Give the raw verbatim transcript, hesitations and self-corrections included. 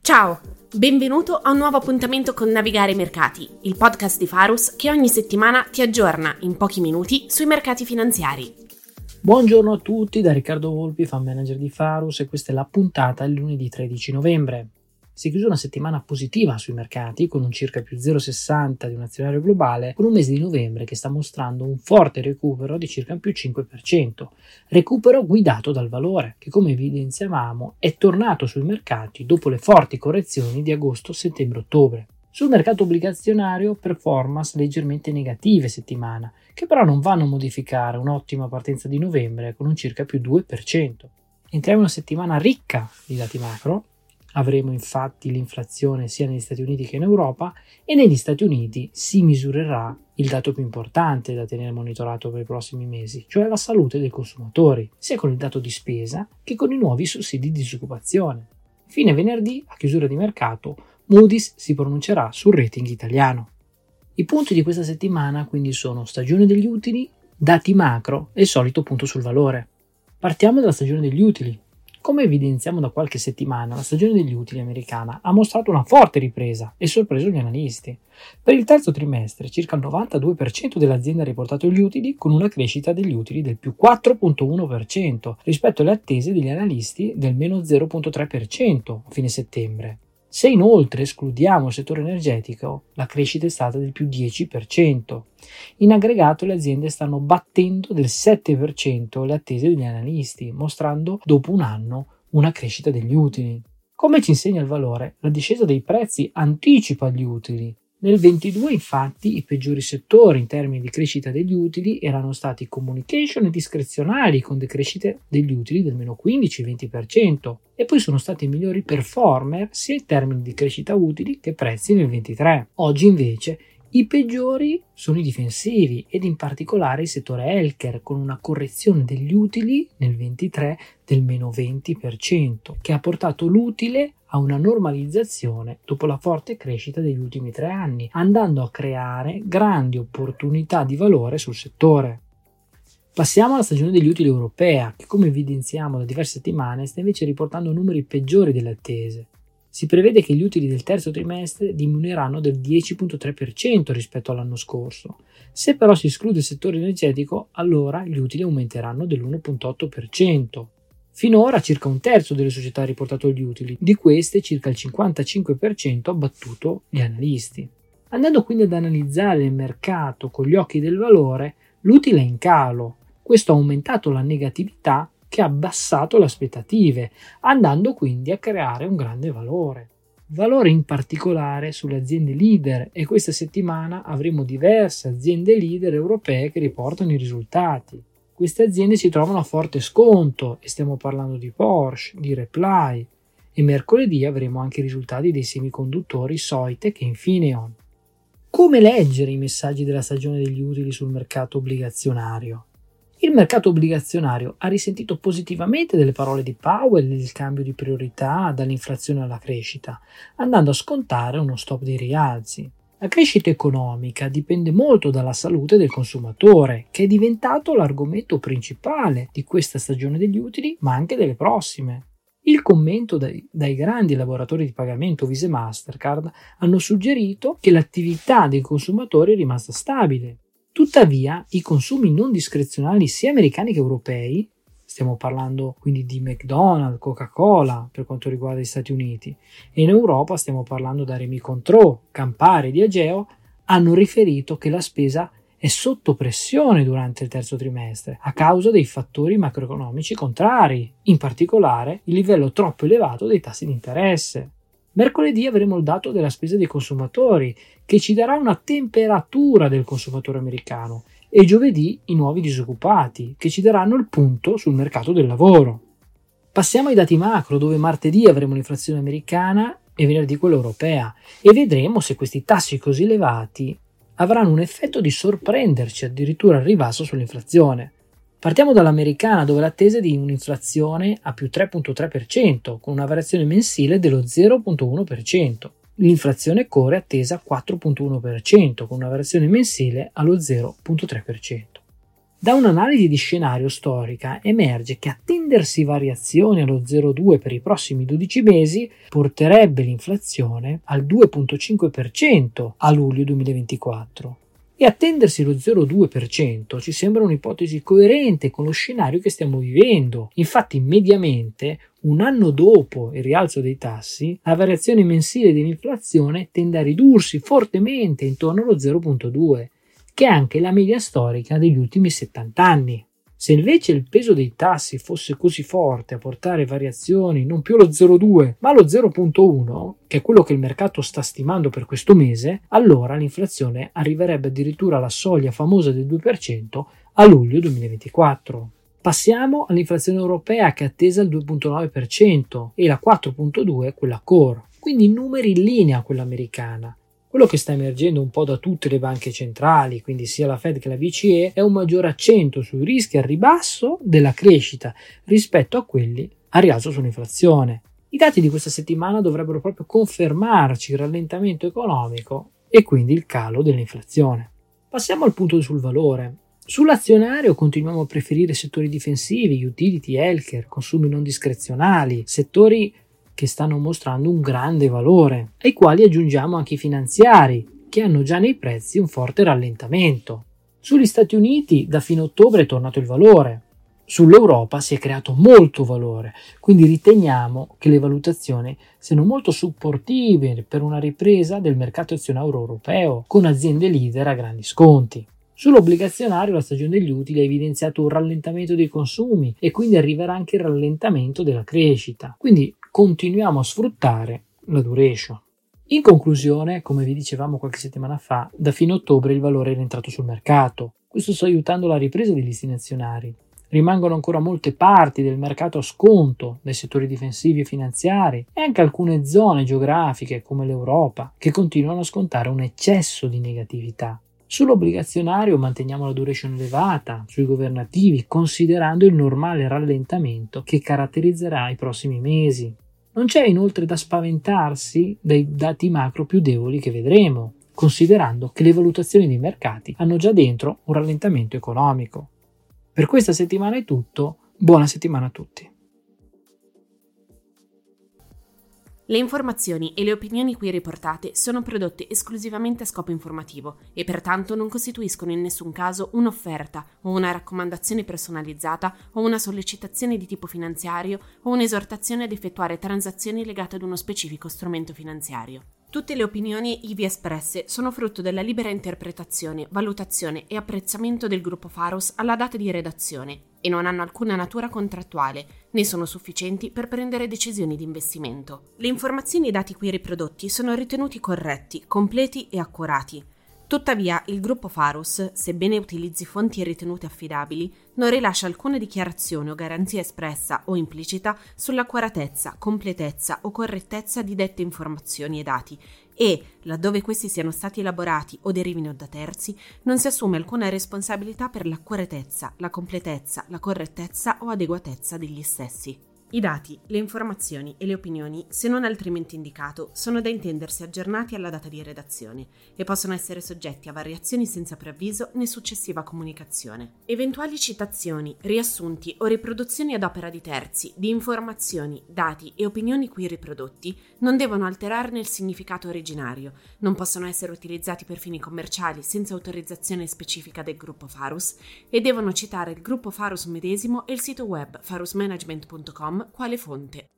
Ciao, benvenuto a un nuovo appuntamento con Navigare i Mercati, il podcast di Farus che ogni settimana ti aggiorna in pochi minuti sui mercati finanziari. Buongiorno a tutti da Riccardo Volpi, fan manager di Farus, e questa è la puntata del lunedì tredici novembre. Si è chiusa una settimana positiva sui mercati con un circa più zero virgola sessanta di un azionario globale, con un mese di novembre che sta mostrando un forte recupero di circa più cinque per cento, recupero guidato dal valore che, come evidenziavamo, è tornato sui mercati dopo le forti correzioni di agosto, settembre, ottobre. Sul mercato obbligazionario performance leggermente negative settimana, che però non vanno a modificare un'ottima partenza di novembre con un circa più due per cento. Entriamo in una settimana ricca di dati macro. Avremo infatti l'inflazione sia negli Stati Uniti che in Europa, e negli Stati Uniti si misurerà il dato più importante da tenere monitorato per i prossimi mesi, cioè la salute dei consumatori, sia con il dato di spesa che con i nuovi sussidi di disoccupazione. Fine venerdì, a chiusura di mercato, Moody's si pronuncerà sul rating italiano. I punti di questa settimana quindi sono stagione degli utili, dati macro e il solito punto sul valore. Partiamo dalla stagione degli utili. Come evidenziamo da qualche settimana, la stagione degli utili americana ha mostrato una forte ripresa e sorpreso gli analisti. Per il terzo trimestre circa il novantadue per cento delle aziende ha riportato gli utili, con una crescita degli utili del più quattro virgola uno per cento rispetto alle attese degli analisti del meno zero virgola tre per cento a fine settembre. Se inoltre escludiamo il settore energetico, la crescita è stata del più dieci per cento. In aggregato le aziende stanno battendo del sette per cento le attese degli analisti, mostrando dopo un anno una crescita degli utili. Come ci insegna il valore, la discesa dei prezzi anticipa gli utili. Nel ventidue infatti i peggiori settori in termini di crescita degli utili erano stati communication e discrezionali, con decrescite degli utili del meno quindici venti per cento, e poi sono stati i migliori performer sia in termini di crescita utili che prezzi nel ventitré. Oggi invece i peggiori sono i difensivi, ed in particolare il settore healthcare, con una correzione degli utili nel ventitré del meno venti per cento, che ha portato l'utile a una normalizzazione dopo la forte crescita degli ultimi tre anni, andando a creare grandi opportunità di valore sul settore. Passiamo alla stagione degli utili europea, che, come evidenziamo da diverse settimane, sta invece riportando numeri peggiori delle attese. Si prevede che gli utili del terzo trimestre diminuiranno del dieci virgola tre per cento rispetto all'anno scorso. Se però si esclude il settore energetico, allora gli utili aumenteranno dell'uno virgola otto per cento. Finora circa un terzo delle società ha riportato gli utili, di queste circa il cinquantacinque per cento ha battuto gli analisti. Andando quindi ad analizzare il mercato con gli occhi del valore, l'utile è in calo. Questo ha aumentato la negatività, che ha abbassato le aspettative, andando quindi a creare un grande valore. Valore in particolare sulle aziende leader, e questa settimana avremo diverse aziende leader europee che riportano i risultati. Queste aziende si trovano a forte sconto, e stiamo parlando di Porsche, di Reply, e mercoledì avremo anche i risultati dei semiconduttori Soitec e Infineon. Come leggere i messaggi della stagione degli utili sul mercato obbligazionario? Il mercato obbligazionario ha risentito positivamente delle parole di Powell del cambio di priorità dall'inflazione alla crescita, andando a scontare uno stop dei rialzi. La crescita economica dipende molto dalla salute del consumatore, che è diventato l'argomento principale di questa stagione degli utili, ma anche delle prossime. Il commento dai, dai grandi laboratori di pagamento Visa e Mastercard hanno suggerito che l'attività dei consumatori è rimasta stabile. Tuttavia, i consumi non discrezionali sia americani che europei, stiamo parlando quindi di McDonald's, Coca-Cola per quanto riguarda gli Stati Uniti, e in Europa stiamo parlando da Rémy Cointreau, Campari e Diageo, hanno riferito che la spesa è sotto pressione durante il terzo trimestre a causa dei fattori macroeconomici contrari, in particolare il livello troppo elevato dei tassi di interesse. Mercoledì avremo il dato della spesa dei consumatori, che ci darà una temperatura del consumatore americano, e giovedì i nuovi disoccupati, che ci daranno il punto sul mercato del lavoro. Passiamo ai dati macro, dove martedì avremo l'inflazione americana e venerdì quella europea, e vedremo se questi tassi così elevati avranno un effetto di sorprenderci addirittura al ribasso sull'inflazione. Partiamo dall'americana, dove l'attesa è di un'inflazione a più tre virgola tre per cento, con una variazione mensile dello zero virgola uno per cento. L'inflazione core è attesa a quattro virgola uno per cento, con una variazione mensile allo zero virgola tre per cento. Da un'analisi di scenario storica emerge che attendersi variazioni allo zero virgola due per i prossimi dodici mesi porterebbe l'inflazione al due virgola cinque per cento a luglio duemilaventiquattro. E attendersi lo zero virgola due per cento ci sembra un'ipotesi coerente con lo scenario che stiamo vivendo. Infatti, mediamente, un anno dopo il rialzo dei tassi, la variazione mensile dell'inflazione tende a ridursi fortemente intorno allo zero virgola due, che è anche la media storica degli ultimi settanta anni. Se invece il peso dei tassi fosse così forte a portare variazioni non più allo zero virgola due ma allo zero virgola uno, che è quello che il mercato sta stimando per questo mese, allora l'inflazione arriverebbe addirittura alla soglia famosa del due per cento a luglio duemilaventiquattro. Passiamo all'inflazione europea, che è attesa al due virgola nove per cento e la quattro virgola due quella core, quindi numeri in linea con quella americana. Quello che sta emergendo un po' da tutte le banche centrali, quindi sia la Fed che la B C E, è un maggiore accento sui rischi al ribasso della crescita rispetto a quelli a rialzo sull'inflazione. I dati di questa settimana dovrebbero proprio confermarci il rallentamento economico e quindi il calo dell'inflazione. Passiamo al punto sul valore. Sull'azionario continuiamo a preferire settori difensivi, utility, healthcare, consumi non discrezionali, settori che stanno mostrando un grande valore, ai quali aggiungiamo anche i finanziari, che hanno già nei prezzi un forte rallentamento. Sugli Stati Uniti da fine ottobre è tornato il valore, sull'Europa si è creato molto valore, quindi riteniamo che le valutazioni siano molto supportive per una ripresa del mercato azionario europeo, con aziende leader a grandi sconti. Sull'obbligazionario la stagione degli utili ha evidenziato un rallentamento dei consumi e quindi arriverà anche il rallentamento della crescita, quindi continuiamo a sfruttare la duration. In conclusione, come vi dicevamo qualche settimana fa, da fine ottobre il valore è rientrato sul mercato. Questo sta aiutando la ripresa degli listini azionari. Rimangono ancora molte parti del mercato a sconto dai settori difensivi e finanziari e anche alcune zone geografiche come l'Europa che continuano a scontare un eccesso di negatività. Sull'obbligazionario manteniamo la duration elevata, sui governativi considerando il normale rallentamento che caratterizzerà i prossimi mesi. Non c'è inoltre da spaventarsi dai dati macro più deboli che vedremo, considerando che le valutazioni dei mercati hanno già dentro un rallentamento economico. Per questa settimana è tutto, buona settimana a tutti. Le informazioni e le opinioni qui riportate sono prodotte esclusivamente a scopo informativo e pertanto non costituiscono in nessun caso un'offerta o una raccomandazione personalizzata o una sollecitazione di tipo finanziario o un'esortazione ad effettuare transazioni legate ad uno specifico strumento finanziario. Tutte le opinioni ivi espresse sono frutto della libera interpretazione, valutazione e apprezzamento del gruppo Pharos alla data di redazione e non hanno alcuna natura contrattuale, né sono sufficienti per prendere decisioni di investimento. Le informazioni e i dati qui riprodotti sono ritenuti corretti, completi e accurati. Tuttavia, il gruppo Pharos, sebbene utilizzi fonti ritenute affidabili, non rilascia alcuna dichiarazione o garanzia espressa o implicita sull'accuratezza, completezza o correttezza di dette informazioni e dati e, laddove questi siano stati elaborati o derivino da terzi, non si assume alcuna responsabilità per l'accuratezza, la completezza, la correttezza o adeguatezza degli stessi. I dati, le informazioni e le opinioni, se non altrimenti indicato, sono da intendersi aggiornati alla data di redazione e possono essere soggetti a variazioni senza preavviso né successiva comunicazione. Eventuali citazioni, riassunti o riproduzioni ad opera di terzi di informazioni, dati e opinioni qui riprodotti non devono alterarne il significato originario, non possono essere utilizzati per fini commerciali senza autorizzazione specifica del gruppo Pharos e devono citare il gruppo Pharos medesimo e il sito web pharosmanagement punto com quale fonte.